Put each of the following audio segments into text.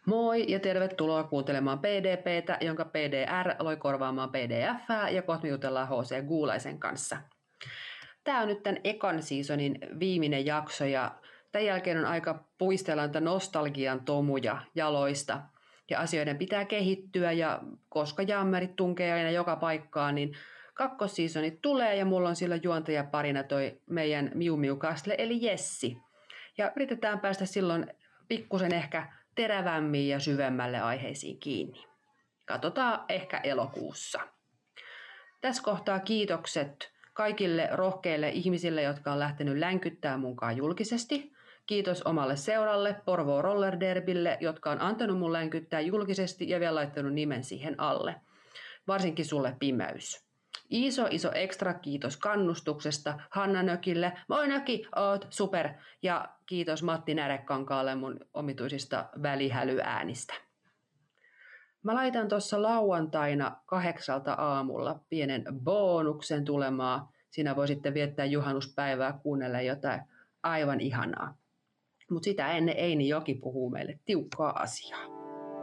Moi ja tervetuloa kuuntelemaan PDPtä, jonka PDR loi korvaamaan PDF:ää ja kohta me jutellaan HC Guulaisen kanssa. Tämä on nyt tämän ekan seasonin viimeinen jakso ja tämän jälkeen on aika puistella niitä nostalgian tomuja jaloista. Ja asioiden pitää kehittyä ja koska jammerit tunkee aina joka paikkaan, niin kakkosseasonit tulee ja mulla on sillä juontajaparina toi meidän Miu Miu Kastle eli Jessi. Ja yritetään päästä silloin pikkusen ehkä terävämmin ja syvemmälle aiheisiin kiinni. Katsotaan ehkä elokuussa. Tässä kohtaa kiitokset kaikille rohkeille ihmisille, jotka on lähtenyt länkyttämään mukaan julkisesti. Kiitos omalle seuralle, Porvoo Roller Derbylle, jotka on antanut mun länkyttää julkisesti ja vielä laittanut nimen siihen alle. Varsinkin sulle Pimeys. Iso ekstra kiitos kannustuksesta Hanna Nökille. Moi Nöki, oot super. Ja kiitos Matti Närekankaalle mun omituisista välihälyäänistä. Mä laitan tuossa lauantaina 8 aamulla pienen bonuksen tulemaan. Siinä voi sitten viettää juhannuspäivää kuunnella jotain aivan ihanaa. Mutta sitä ennen Eini Joki puhuu meille tiukkaa asiaa.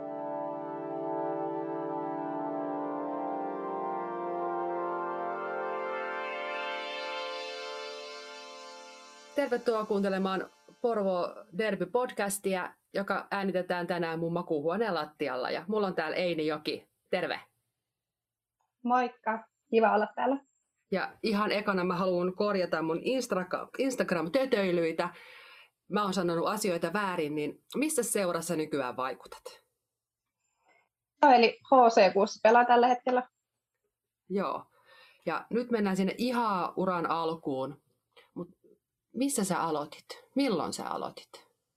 Tervetuloa kuuntelemaan Porvoo Derby-podcastia, joka äänitetään tänään mun makuuhuoneen lattialla. Ja mulla on täällä Eini Joki. Terve! Moikka! Kiva olla täällä. Ja ihan ekana mä haluan korjata mun Instagram-tötöilyitä. Mä oon sanonut asioita väärin, niin missä seurassa nykyään vaikutat? Eli HC6 pelaa tällä hetkellä. Joo. Ja nyt mennään sinne ihan uran alkuun. Missä sä aloitit? Milloin sä aloitit?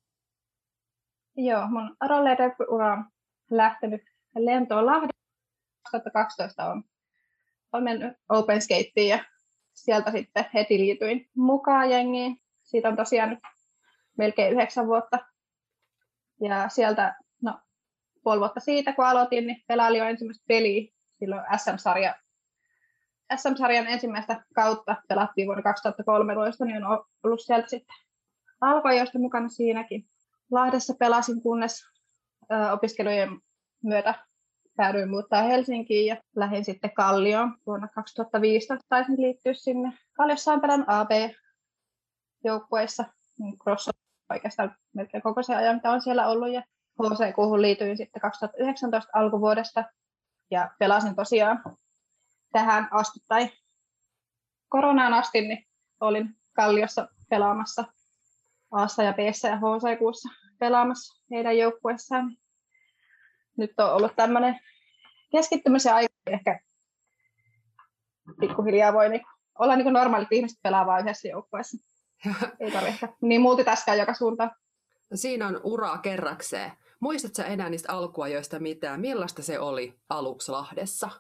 Joo, mun roller-ura on lähtenyt lentoon Lahdesta. 2012 on mennyt Open Skateen ja sieltä sitten heti liityin mukaan jengiin. Siitä on tosiaan nyt melkein 9 vuotta. Ja sieltä, puoli vuotta siitä kun aloitin, niin pelailin jo ensimmäistä peliä silloin SM-sarjan ensimmäistä kautta pelattiin vuonna 2013, niin on ollut sieltä sitten alkuajoista mukana siinäkin. Lahdessa pelasin, kunnes opiskelujen myötä päädyin muuttaa Helsinkiin ja lähdin sitten Kallioon. Vuonna 2015 taisin liittyä sinne. Kalliossa olen pelannut AB-joukkueissa, cross oikeastaan melkein koko se ajan, mitä on siellä ollut. Ja HC-kuuhun liityin sitten 2019 alkuvuodesta ja pelasin tosiaan tähän asti tai koronaan asti, niin olin Kalliossa pelaamassa A:ssa ja B:ssä ja HC6:ssa pelaamassa heidän joukkueessaan. Nyt on ollut tämmöinen keskittymisen aika, ehkä pikkuhiljaa voi olla niin kuin normaalit ihmiset pelaa vain yhdessä joukkueessa. Ei tarvitse niin multitaskaa joka suuntaan. Siinä on uraa kerrakseen. Muistatko enää niistä alkuajoista mitään? Millaista se oli aluksi Lahdessa?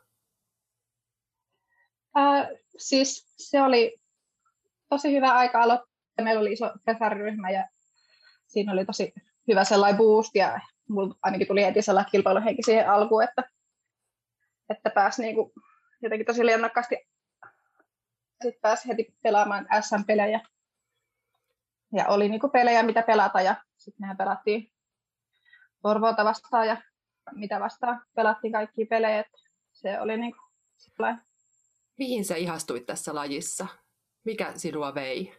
Siis se oli tosi hyvä aika aloittaa. Meillä oli iso pesariryhmä ja siinä oli tosi hyvä sellainen boost ja mulla ainakin tuli heti sellainen kilpailuhenki siihen alkuun, että pääsi niinku jotenkin tosi lennokkaasti. Sitten pääsi heti pelaamaan SM-pelejä ja oli niinku pelejä mitä pelata ja sitten mehän pelattiin Porvoota vastaan ja mitä vastaan pelattiin kaikkia pelejä, että se oli niinku sellainen. Mihin sä ihastuit tässä lajissa? Mikä sinua vei?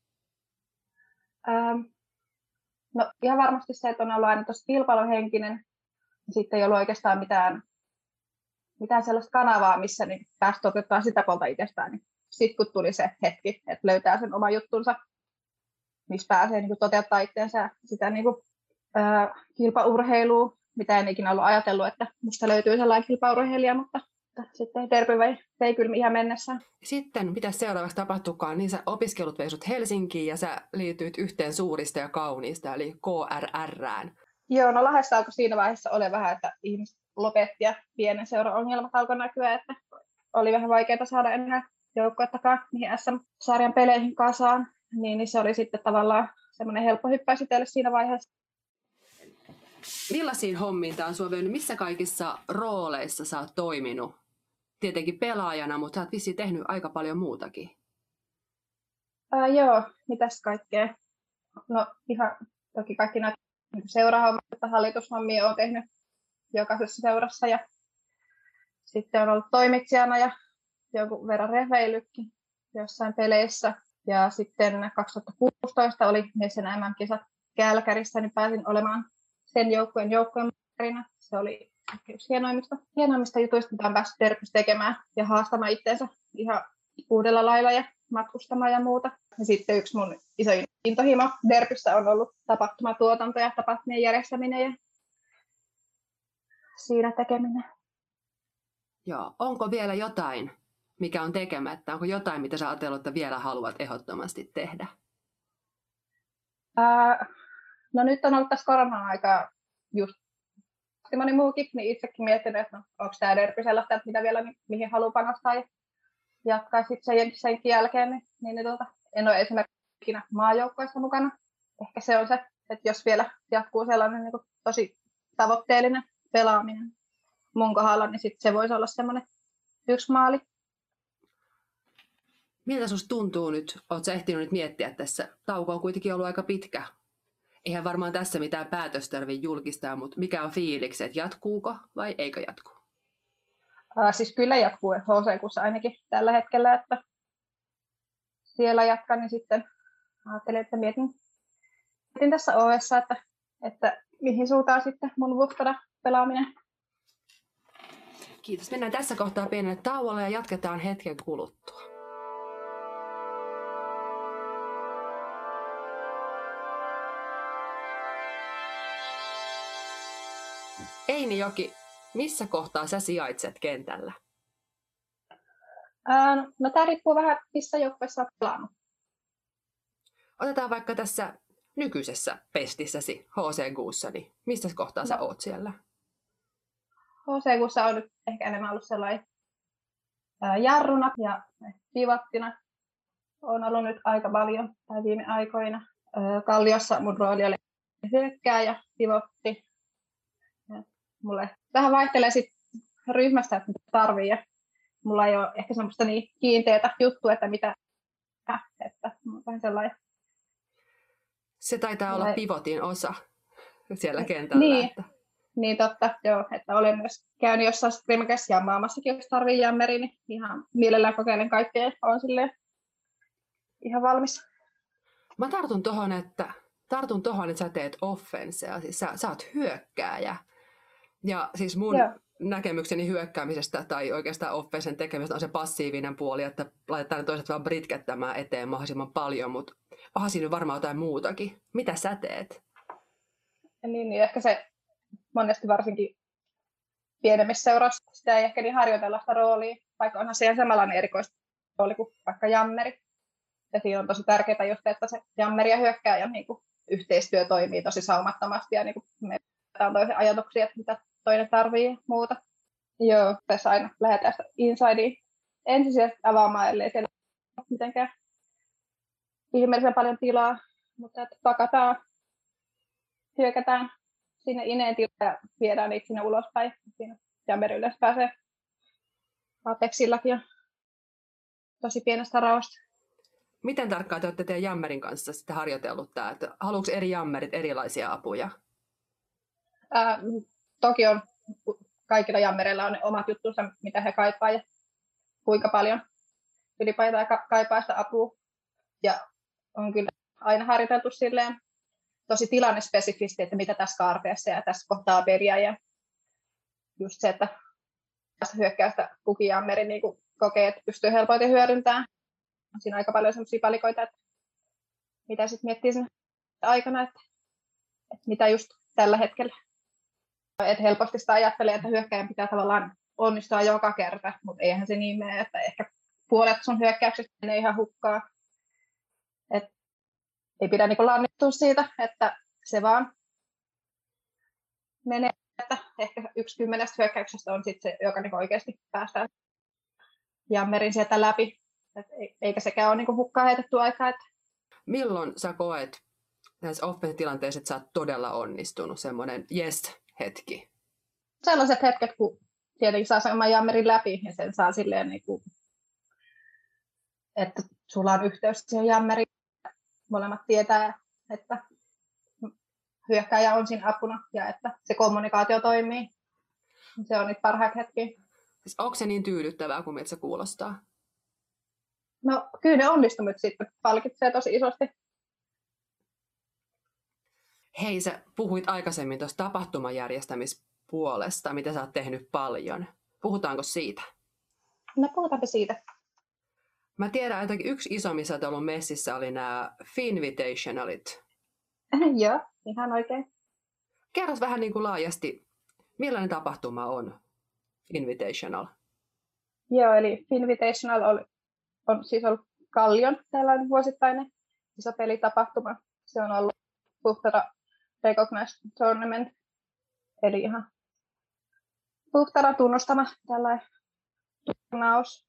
No ihan varmasti se, että on ollut aina tosi kilpailuhenkinen. Sitten ei ollut oikeastaan mitään sellaista kanavaa, missä niin pääsi toteuttamaan sitä puolta itsestään. Niin sitten kun tuli se hetki, että löytää sen oman juttunsa, missä pääsee niin toteuttaa itseensä sitä niin kilpaurheilua, mitä en ikinä ollut ajatellut, että musta löytyy sellainen kilpaurheilija, mutta sitten Derby vei kyllä ihan mennessään. Sitten, mitä seuraavaksi tapahtuukaan, niin sä opiskelut vei sut Helsinkiin ja sä liityit yhteen suurista ja kauniista, eli KRRään. Joo, no Lahdessa alkoi siinä vaiheessa ole vähän, että ihmiset lopetti ja pienen seuran ongelmat alkoi näkyä, että oli vähän vaikeaa saada enää joukkuettakaan niihin SM-sarjan peleihin kasaan, niin se oli sitten tavallaan semmoinen helppo hyppäys itselle siinä vaiheessa. Millaisiin hommiin tämä on sua vienyt? Missä kaikissa rooleissa sä oot toiminut? Tietenkin pelaajana, mutta sä oot vissiin tehnyt aika paljon muutakin. Joo, mitäs kaikkea? No ihan toki kaikki näitä seurahommia, hallitushommia olen tehnyt jokaisessa seurassa ja sitten on ollut toimitsijana ja jonkun verran rehveilytkin jossain peleissä. Ja sitten 2016 oli miesten MM-kisat Kälkärissä, niin pääsin olemaan sen joukkueen joukkueenmestarina. Se oli yksi hienoimmista jutuista, mitä on päässyt Derbyssä tekemään ja haastamaan itseensä ihan uudella lailla ja matkustamaan ja muuta. Ja sitten yksi mun iso intohimo Derbyssä on ollut tapahtumatuotanto ja tapahtumien järjestäminen ja siinä tekeminen. Joo. Onko vielä jotain, mikä on tekemättä? Onko jotain, mitä sä ajatellut, että vielä haluat ehdottomasti tehdä? No nyt on ollut tässä korona-aikaa just moni muukin, niin itsekin miettinyt, että onko tämä Derby sellaista, että mitä vielä, mihin haluaa panostaa ja jatkaa sitten senkin jälkeen. Niin en ole esimerkiksi ikinä maajoukkoissa mukana. Ehkä se on se, että jos vielä jatkuu sellainen niin kuin tosi tavoitteellinen pelaaminen mun kohdalla, niin sitten se voisi olla semmoinen yksi maali. Miltä susta tuntuu nyt? Oletko sä ehtinyt nyt miettiä tässä? Tauko on kuitenkin ollut aika pitkä. Eihän varmaan tässä mitään päätöstä tarvitse julkistaa, mutta mikä on fiiliksi, että jatkuuko vai eikö jatku? Siis kyllä jatkuu, että HC:ssa ainakin tällä hetkellä, että siellä jatkan, niin sitten ajattelin, että mietin tässä OV:ssa, että mihin suuntaan sitten mun vuhtana pelaaminen. Kiitos. Mennään tässä kohtaa pienelle tauolle ja jatketaan hetken kuluttua. Einijoki, missä kohtaa sä sijaitset kentällä? No tämä riippuu vähän, missä joukkueessa olet pelannut. Otetaan vaikka tässä nykyisessä pestissäsi HC:ssa, niin missä kohtaa sä oot siellä? HC:ssa on nyt ehkä enemmän ollut sellainen jarruna ja pivottina. Olen ollut nyt aika paljon tai viime aikoina. Kalliossa mun rooli oli hyökkääjä, pivotti. Mulle vähän vaihtelee sit ryhmästä, että mitä tarvii. Ja mulla ei ole ehkä semmoista niin kiinteätä juttua, että mitä. Että vähän sellainen. Se taitaa olla pivotin osa siellä kentällä. Niin, niin totta, joo. Että olen myös käynyt jossain scrimmages jammaamassakin, jos tarvii jammeri, niin ihan mielellään kokeilen kaikkea. Olen silleen ihan valmis. Mä tartun tohon, että sä teet offensea. Siis sä oot hyökkääjä. Ja siis mun näkemykseni hyökkäämisestä tai oikeastaan offensen tekemisestä on se passiivinen puoli, että laitetaan toiset vaan britkettämään eteen mahdollisimman paljon, mutta onhan siinä varmaan jotain muutakin. Mitä sä teet? Niin ehkä se monesti varsinkin pienemmissä seuroissa sitä ei ehkä niin harjoitella sitä roolia, vaikka onhan se ihan samanlainen erikoisrooli kuin vaikka jammeri. Ja siinä on tosi tärkeää just, että se jammeri ja hyökkääjä niin kuin yhteistyö toimii tosi saumattomasti ja niin kuin me on toisen ajatuksia, että mitä toinen tarvii ja muuta. Joo, tässä aina lähdetään sitä insidea ensisijaisesti avaamaan, ellei siellä ole mitenkään ihmeellisen paljon tilaa, mutta että pakataan, hyökätään sinne ineen tilaan ja viedään niitä sinne ulospäin. Siinä jammeri yleensä pääsee Apexillakin ja tosi pienestä raosta. Miten tarkkaan te olette teidän jammerin kanssa sitten harjoitellut tämä? Haluatko eri jammerit erilaisia apuja? Toki on kaikilla jammereilla on ne omat juttunsa, mitä he kaipaa ja kuinka paljon ylipäätään kaipaa sitä apua. Ja on kyllä aina harjoiteltu silleen tosi tilannespesifisti, että mitä tässä kaarteessa ja tässä kohtaa peliä. Ja just se, että tässä hyökkäystä kukin jammeri niin kokee, että pystyy helpoiten hyödyntämään. On siinä aika paljon sellaisia palikoita, että mitä sitten miettii sen aikana, että mitä just tällä hetkellä. Että helposti sitä ajattelee, että hyökkäjän pitää tavallaan onnistua joka kerta, mutta eihän se niin mene, että ehkä puolet sun hyökkäyksestä menee ihan hukkaan. Et ei pidä niin lannistua siitä, että se vaan menee, että ehkä 1/10 hyökkäyksestä on sitten se, joka niin oikeasti päästään jammerin sieltä läpi. Eikä sekään ole niin hukkaan heitetty aikaa. Että Milloin sä koet näissä offense-tilanteissa, että sä oot todella onnistunut, semmoinen yes-hetki? Sellaiset hetket, kun tietenkin saa sen oman jammerin läpi ja sen saa silleen, niin kuin, että sulla on yhteys siihen jammeriin. Molemmat tietää, että hyökkääjä on siinä apuna ja että se kommunikaatio toimii. Se on nyt parhaat hetki. Siis onko se niin tyydyttävää kuin miltä se kuulostaa? No kyllä ne onnistumit sitten palkitsee tosi isosti. Hei, sä puhuit aikaisemmin tuosta tapahtumajärjestämispuolesta, mitä sä oot tehnyt paljon. Puhutaanko siitä? No puhutaanpa siitä. Mä tiedän, että yksi iso, missä olet ollut messissä, oli nämä Finvitationalit. Joo, ihan oikein. Kerros vähän niin kuin laajasti, millainen tapahtuma on Finvitational? Joo, eli Finvitational on siis ollut Kallion tällainen vuosittainen iso pelitapahtuma. Se on ollut Puhtara Recognized Tournament, eli ihan Puhtara tunnustama tällainen turnaus.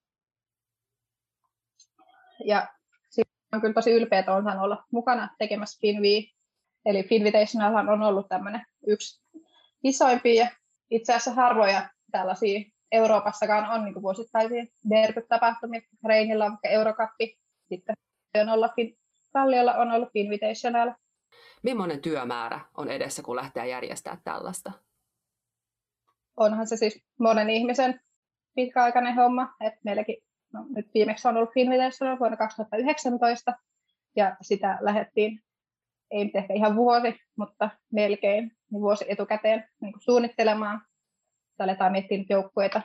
Ja on kyllä tosi ylpeä, että olen saanut olla mukana tekemässä Finvia. Eli Finvitational on ollut tämmöinen yksi isoimpia ja itse asiassa harvoja tällaisia Euroopassakaan on niin kuin vuosittaisia derbyt-tapahtumia. Reinillä on vaikka Eurocuppi, sitten Kalliolla on ollut Finvitational. Millainen työmäärä on edessä, kun lähtee järjestämään tällaista? Onhan se siis monen ihmisen pitkäaikainen homma. Et meilläkin nyt viimeksi on ollut Finvitational vuonna 2019 ja sitä lähdettiin, ei nyt ehkä ihan vuosi, mutta melkein vuosi etukäteen niin kuin suunnittelemaan. Aletaan miettiä joukkueita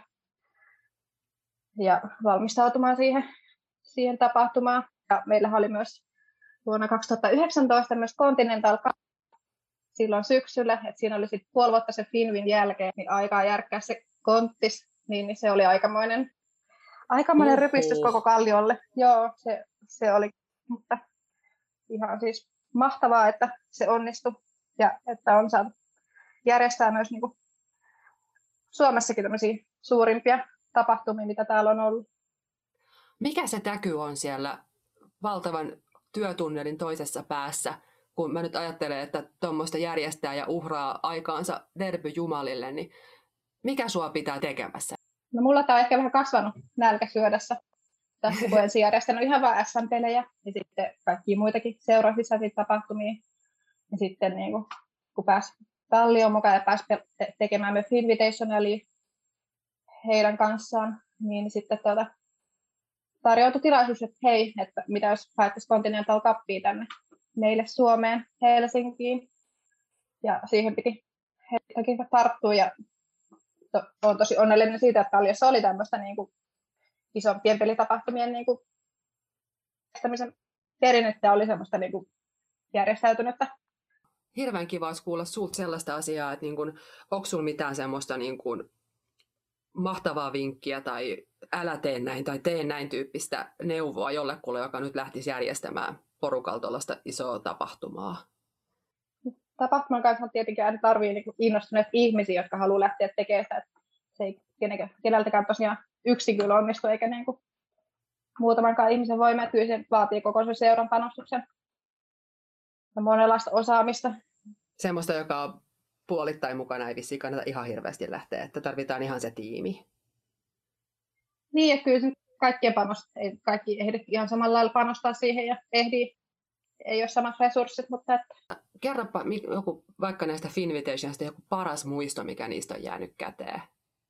ja valmistautumaan siihen tapahtumaan. Ja meillähän oli myös vuonna 2019 myös Continental Cup silloin syksyllä, että siinä oli sitten puoli vuotta sen Finvin jälkeen niin aikaa järkkää se konttis, niin se oli aikamoinen rypistys koko Kalliolle. Joo, se oli, mutta ihan siis mahtavaa, että se onnistui ja että on saatu järjestää myös niin kuin Suomessakin tämmöisiä suurimpia tapahtumia, mitä täällä on ollut. Mikä se täky on siellä valtavan työtunnelin toisessa päässä, kun mä nyt ajattelen, että tuommoista järjestää ja uhraa aikaansa derbyjumalille, niin mikä sua pitää tekemässä? No mulla tää on ehkä vähän kasvanut nälkäsyödässä. Tässä kun ensin järjestänyt ihan vaan SM-pelejä ja sitten kaikkia muitakin seurasisäisiä tapahtumia. Ja sitten niin kun pääsi Kallioon mukaan ja pääsi tekemään myös Invitationalia heidän kanssaan, niin sitten tarjoutui tilaisuus, että hei, että mitä jos haettaisiin Continental Cupia tänne meille Suomeen, Helsinkiin. Ja siihen piti heitäkin tarttua ja olen tosi onnellinen siitä, että Kalliossa oli tämmöistä niin kuin isompien pelitapahtumien niin kuin järjestämisen perinnettä, oli semmoista niin kuin järjestäytynyttä. Hirveän kiva olisi kuulla sulta sellaista asiaa, että niin kun, onko sinulla mitään semmoista niin kun mahtavaa vinkkiä tai älä tee näin tai tee näin tyyppistä neuvoa jollekulle, joka nyt lähtisi järjestämään porukalla tuollaista isoa tapahtumaa? Tapahtuman kanssa tietenkin aina tarvii niin innostuneita ihmisiä, jotka haluaa lähteä tekemään sitä. Että se ei keneltäkään tosiaan yksin kyllä onnistu, eikä niin kuin muutamankaan ihmisen voima. Kyllä se vaatii koko sen seuran panostuksen ja monenlaista osaamista. Semmoista, joka on puolittain mukana, ei vissiin kannata ihan hirveästi lähteä, että tarvitaan ihan se tiimi. Niin, ja kyllä kaikkien ei kaikki ehdi ihan samalla lailla panostaa siihen ja ei ole samat resurssit, mutta että... Kerropa joku, vaikka näistä Finvitationista joku paras muisto, mikä niistä on jäänyt käteen.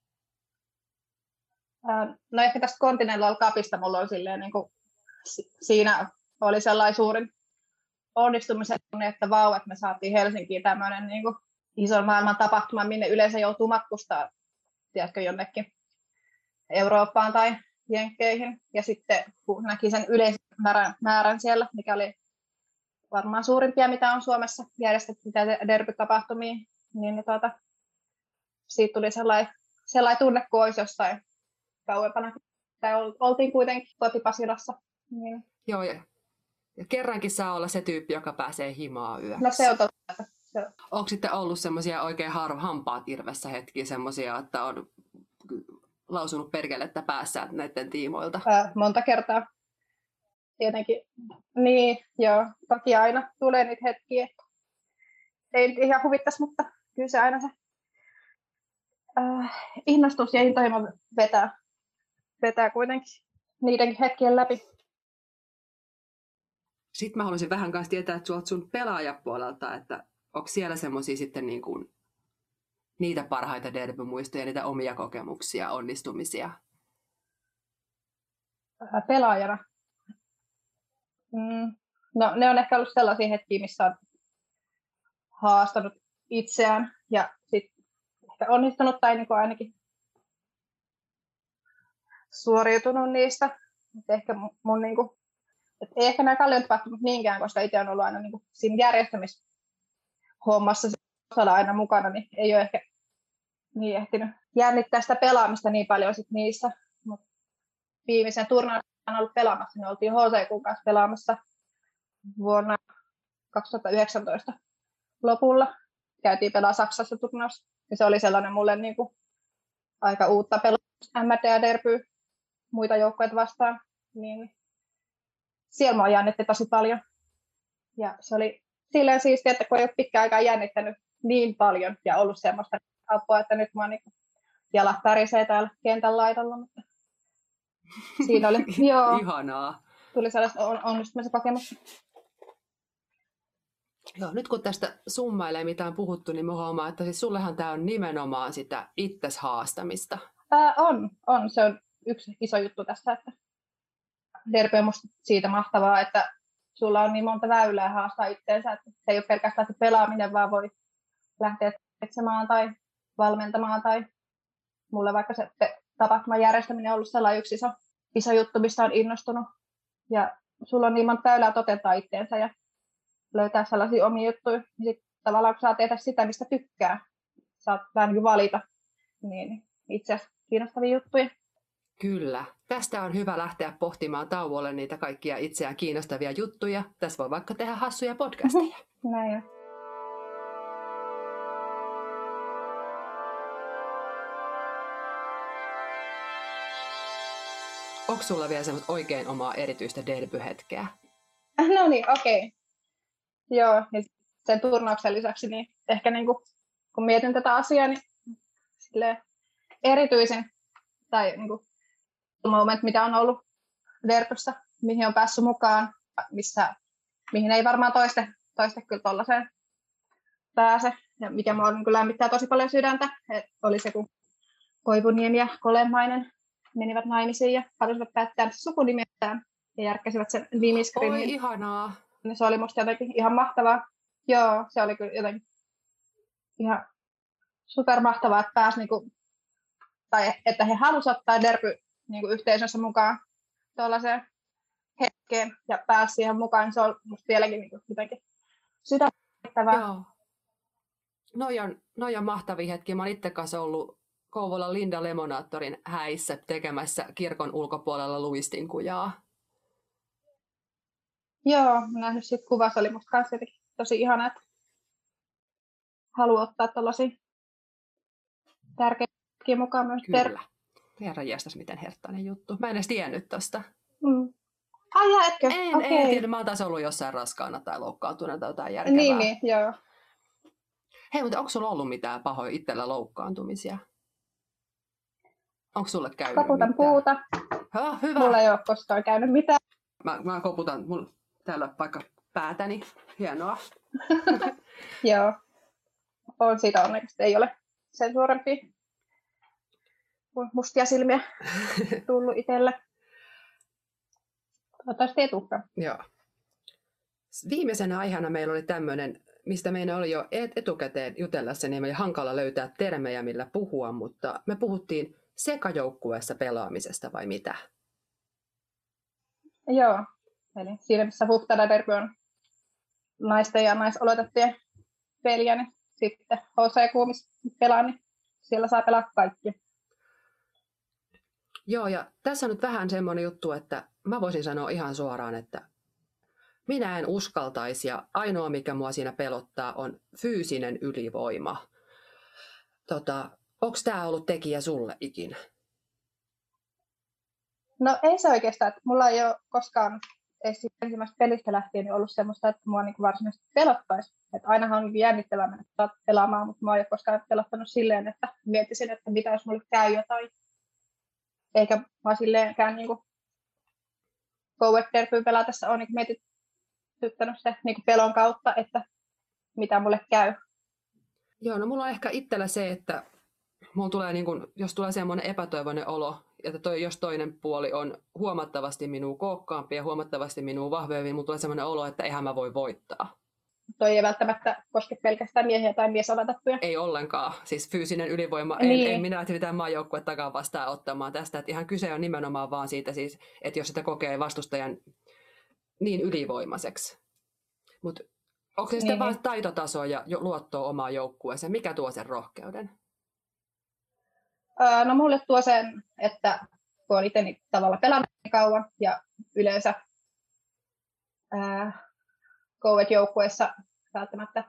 No ehkä tästä Continental Cupista mulla on silleen, niin kuin, siinä oli sellainen suurin onnistumisen, että vau, että me saatiin Helsinkiin tämmöinen niin kuin ison maailman tapahtuma, minne yleensä joutuu matkustaa, tiedätkö, jonnekin Eurooppaan tai Jenkkeihin. Ja sitten kun näki sen yleisen määrän siellä, mikä oli varmaan suurimpia, mitä on Suomessa järjestetty derbytapahtumia, niin siitä tuli sellainen tunne, kuin olisi jossain kauempana. Tai oltiin kuitenkin kotipasilassa. Niin. Joo, ja kerrankin saa olla se tyyppi, joka pääsee himaa yöksi. No se on totta. Onko sitten ollut semmoisia oikein hampaat irvessä hetkiä, semmoisia, että on lausunut perkelettä päässä näiden tiimoilta? Monta kertaa. Tietenkin. Niin, joo. Toki aina tulee niitä hetkiä, että ei ihan huvittaisi, mutta kyllä se aina se innostus ja intohimo vetää kuitenkin niidenkin hetkien läpi. Sitten mä haluaisin vähän kanssa tietää, että sun pelaajapuolelta, että onko siellä semmoisia sitten niin kuin niitä parhaita derbymuistoja, niitä omia kokemuksia, onnistumisia? Pelaajana. No, ne on ehkä ollut sellaisia hetkiä, missä on haastanut itseään ja sitten ehkä onnistunut tai niin kuin ainakin suoriutunut niistä. Et ehkä mun niin kuin, et ei ehkä nämä Kallion tapahtumat niinkään, koska itse on ollut aina niin kuin siinä järjestämishommassa osalla aina mukana, niin ei ole ehkä niin ehtinyt jännittää sitä pelaamista niin paljon sit niissä. Mut viimeisen turnauksen on ollut pelaamassa, niin oltiin HCK:n kanssa pelaamassa vuonna 2019 lopulla. Käytiin pelaa Saksassa turnaus, ja se oli sellainen mulle niin kuin aika uutta pelaa MD-derbyä muita joukkoja vastaan. Niin siellä mua jännitti tosi paljon. Ja se oli silleen siistiä, että kun ei ole pitkään aikaa jännittänyt niin paljon ja ollut semmoista apua, että nyt mä niin jalat pärisee täällä kentän laidalla. Mutta siinä oli, joo, Ihanaa. tuli sellaista onnistumisen kokemusta. Joo, nyt kun tästä summailee, mitä on puhuttu, niin mä huomaan, että siis sullehan tämä on nimenomaan sitä itses haastamista. On. Se on yksi iso juttu tässä, että derby on musta siitä mahtavaa, että sulla on niin monta väylää haastaa itseensä, että se ei ole pelkästään se pelaaminen, vaan voi lähteä etsimään tai valmentamaan tai mulle vaikka se tapahtuman järjestäminen on ollut sellainen yksi iso juttu, mistä on innostunut. Ja sulla on niin monta väylää toteuttaa itseensä ja löytää sellaisia omia juttuja. Ja sitten tavallaan kun saa tehdä sitä, mistä tykkää, saat vähän valita, niin itse asiassa kiinnostavia juttuja. Kyllä. Tästä on hyvä lähteä pohtimaan tauolle niitä kaikkia itseään kiinnostavia juttuja. Tässä voi vaikka tehdä hassuja podcasteja. Näin on. Onko sulla vielä semmoista oikein omaa erityistä derbyhetkeä? No niin, okei. Joo, ja sen turnauksen lisäksi niin ehkä niin kuin, kun mietin tätä asiaa, niin erityisin tai niin kuin, moment, mitä on ollut derbyssä, mihin on päässyt mukaan, mihin ei varmaan toiste kyllä tuollaiseen pääse, ja mikä mua niin lämmittää tosi paljon sydäntä, että oli se, kun Koivuniemi ja Kolenmainen menivät naimisiin ja halusivat päättää sukunimestään ja järkkäsivät sen nimiskrin. Oi, ihanaa. Se oli musta jotenkin ihan mahtavaa. Joo, se oli kyllä jotenkin ihan supermahtavaa, että pääsi niinku, tai että he halusivat ottaa derby niinku yhteisönsä mukaan tuollaiseen hetkeen ja pääsi siihen mukaan. Se on musta vieläkin niinku jotenkin sydämettävää. Joo. Noi on mahtavia hetkiä. Mä oon itse kanssa ollut Kouvolan Linda Lemonaattorin häissä tekemässä kirkon ulkopuolella luistinkujaa. Joo, nähnyt siitä kuvassa, oli musta kanssa jotenkin tosi ihana, että haluaa ottaa tällaisia tärkeitä mukaan myös. Kyllä. Herran jästäs, miten herttainen juttu. Mä en edes tiennyt tosta. Ai etkö? En tiedä. Mä oon taas ollut jossain raskaana tai loukkaantuneena tai jotain järkevää. Niin, joo. Hei, mutta onko sulla ollut mitään pahoja itsellä loukkaantumisia? Onko sulle käynyt Koputan mitään? puuta. Hyvä. Mulla ei ole koskaan käynyt mitään. Mä koputan täällä vaikka päätäni. Hienoa. Joo. On siitä onneksi. Ei ole sen suurempia mustia silmiä tullut itselle. Toivottavasti ei tulekaan. Joo. Viimeisenä aiheena meillä oli tämmöinen, mistä meidän oli jo etukäteen jutellessa, niin meillä oli hankala löytää termejä, millä puhua, mutta me puhuttiin sekajoukkueessa pelaamisesta vai mitä? Joo. Eli siinä, missä Huhtala derby on naisten ja naisoletettujen peliä, niin sitten HCK, missä pelaa, niin siellä saa pelaa kaikki. Joo, ja tässä on nyt vähän semmoinen juttu, että mä voisin sanoa ihan suoraan, että minä en uskaltaisi ja ainoa mikä mua siinä pelottaa on fyysinen ylivoima. Onko tämä ollut tekijä sulle ikinä? No ei se oikeastaan, että mulla ei ole koskaan ensimmäistä pelistä lähtien ollut semmoista, että mua niin varsinaisesti pelottaisi. Että ainahan on jännittävää mennä pelaamaan, mutta mua ei ole koskaan pelottanut silleen, että miettisin, että mitä jos mulle käy jotain. Eikä mä silleenkään niin Go Derbyyn pelatessa on niin mietityttänyt se niin pelon kautta, että mitä mulle käy. Joo, no mulla on ehkä itsellä se, että mulla tulee jos tulee semmoinen epätoivoinen olo, että jos toinen puoli on huomattavasti minua kookkaampi ja huomattavasti minua vahvempi, mulla tulee semmoinen olo, että eihän mä voi voittaa. Toi ei välttämättä koske pelkästään miehiä tai miesoletettuja. Ei ollenkaan. Siis fyysinen ylivoima, Niin. en minä mitään maajoukkuettakaan vastaan ottamaan tästä. Että ihan kyse on nimenomaan vaan siitä, siis, että jos sitä kokee vastustajan niin ylivoimaiseksi. Mutta onko se sitten vain taitotaso ja luottoa omaan joukkueeseen? Mikä tuo sen rohkeuden? No mulle tuo sen, että kun on itse tavalla pelannut kauan ja yleensä co-ed-joukkueessa välttämättä,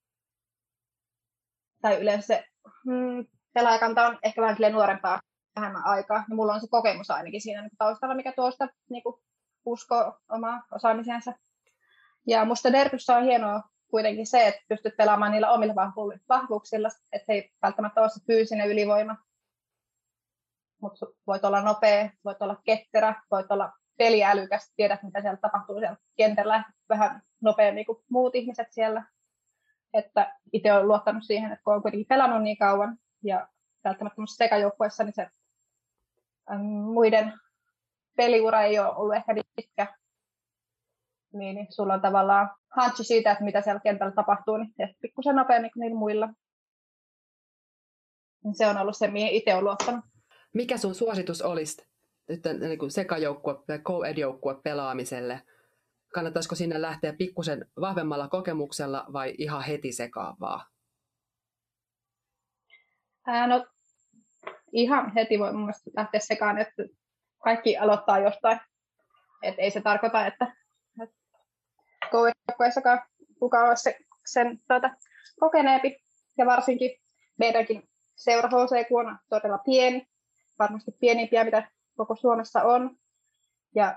tai yleensä se pelaajakanta on ehkä vähän nuorempaa vähemmän aikaa, niin mulla on se kokemus ainakin siinä taustalla, mikä tuo sitä uskoo omaa osaamisensa. Ja musta Derbyssä on hienoa kuitenkin se, että pystyt pelaamaan niillä omilla vahvuuksilla, että ei välttämättä ole se fyysinen ylivoima. Mutta voit olla nopea, voit olla ketterä, voit olla peliälykäs, tiedät mitä siellä tapahtuu siellä kentällä vähän nopeammin kuin muut ihmiset siellä. Että itse olen luottanut siihen, että kun olen kuitenkin pelannut niin kauan ja välttämättä sekajoukkueessa, niin se muiden peliura ei ole ollut ehkä niin pitkä. Niin sulla on tavallaan hunchi siitä, että mitä siellä kentällä tapahtuu, niin teet pikkusen nopeammin kuin niillä muilla. Se on ollut se, mihin itse olen luottanut. Mikä sun suositus olisi niin sekajoukkue tai co-ed-joukkue pelaamiselle? Kannattaisiko sinne lähteä pikkusen vahvemmalla kokemuksella vai ihan heti sekaan vaan? No, ihan heti voi mun mielestä lähteä sekaan, että kaikki aloittaa jostain. Et ei se tarkoita, että co-ed-joukkueessakaan kukaan olisi sen kokeneempi. Ja varsinkin meidänkin seura HC on todella pieni. Varmasti pienimpiä, mitä koko Suomessa on. Ja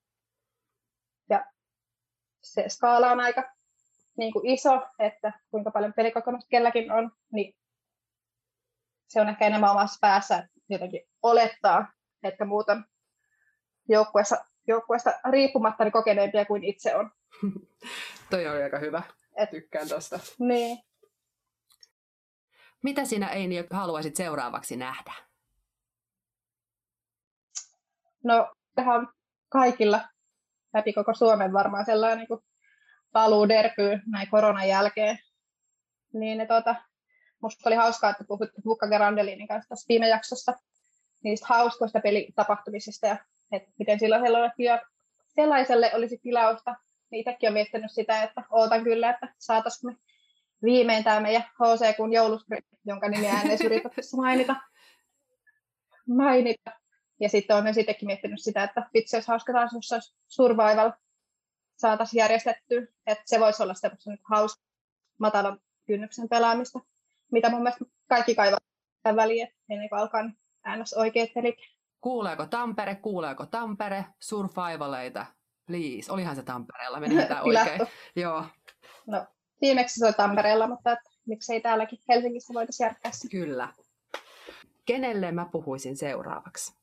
se skaala on aika niin kuin iso, että kuinka paljon pelikokemusta kelläkin on, niin se on ehkä enemmän omassa päässä, että jotenkin olettaa, että muut on joukkueesta riippumatta niin kokeneempia kuin itse on. Toi on aika hyvä. Tykkään tosta. Niin. Mitä sinä, Eini, haluaisit seuraavaksi nähdä? No, tähän kaikilla läpi koko Suomen varmaan sellainen niin kuin paluu derbyyn näin koronan jälkeen. Niin musta oli hauskaa, että puhuttiin Jukka Gerandelinin kanssa tässä viime jaksossa niistä hauskoista pelitapahtumisista ja että miten silloin sellaiselle olisi tilausta. Niin itsekin olen miettinyt sitä, että ootan kyllä, että saataisiin me viimein tämä meidän HC-kun jouluskriippi, jonka nimiä en edes yritä tässä mainita. Ja sitten olen sittenkin miettinyt sitä, että vitsi olisi hauska taas, jos Survival saataisiin järjestettyä. Että se voisi olla semmoisen hauska matalan kynnyksen pelaamista, mitä mun mielestä kaikki kaivaa tämän väliin, ennen kuin alkaa äännös oikeat pelit. Kuuleeko Tampere? Survivaleita, please. Olihan se Tampereella, meni tämä oikein. Joo. No, viimeksi se oli Tampereella, mutta miksei täälläkin Helsingissä voitaisiin järjestää se. Kyllä. Kenelle mä puhuisin seuraavaksi?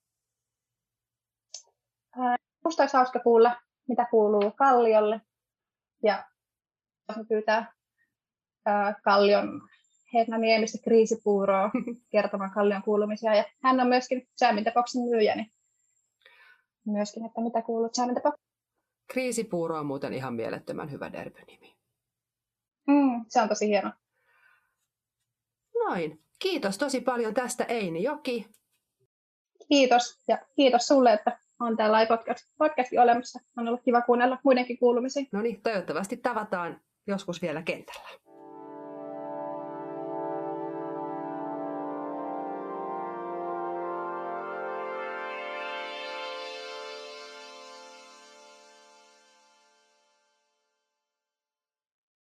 Musta olisi hauska kuulla, mitä kuuluu Kalliolle. Ja pyytää Kallion Hedna Niemistä Kriisipuuroa kertomaan Kallion kuulumisia. Ja hän on myöskin Jam in the Boxin myyjä, niin myöskin, että mitä kuuluu Jam in the Box. Kriisipuuro on muuten ihan mielettömän hyvä derbynimi. Se on tosi hieno. Noin. Kiitos tosi paljon tästä, Eini Joki. Kiitos. Ja kiitos sulle, että on täällä podcasti olemassa. On ollut kiva kuunnella muidenkin kuulumisia. No niin, toivottavasti tavataan joskus vielä kentällä.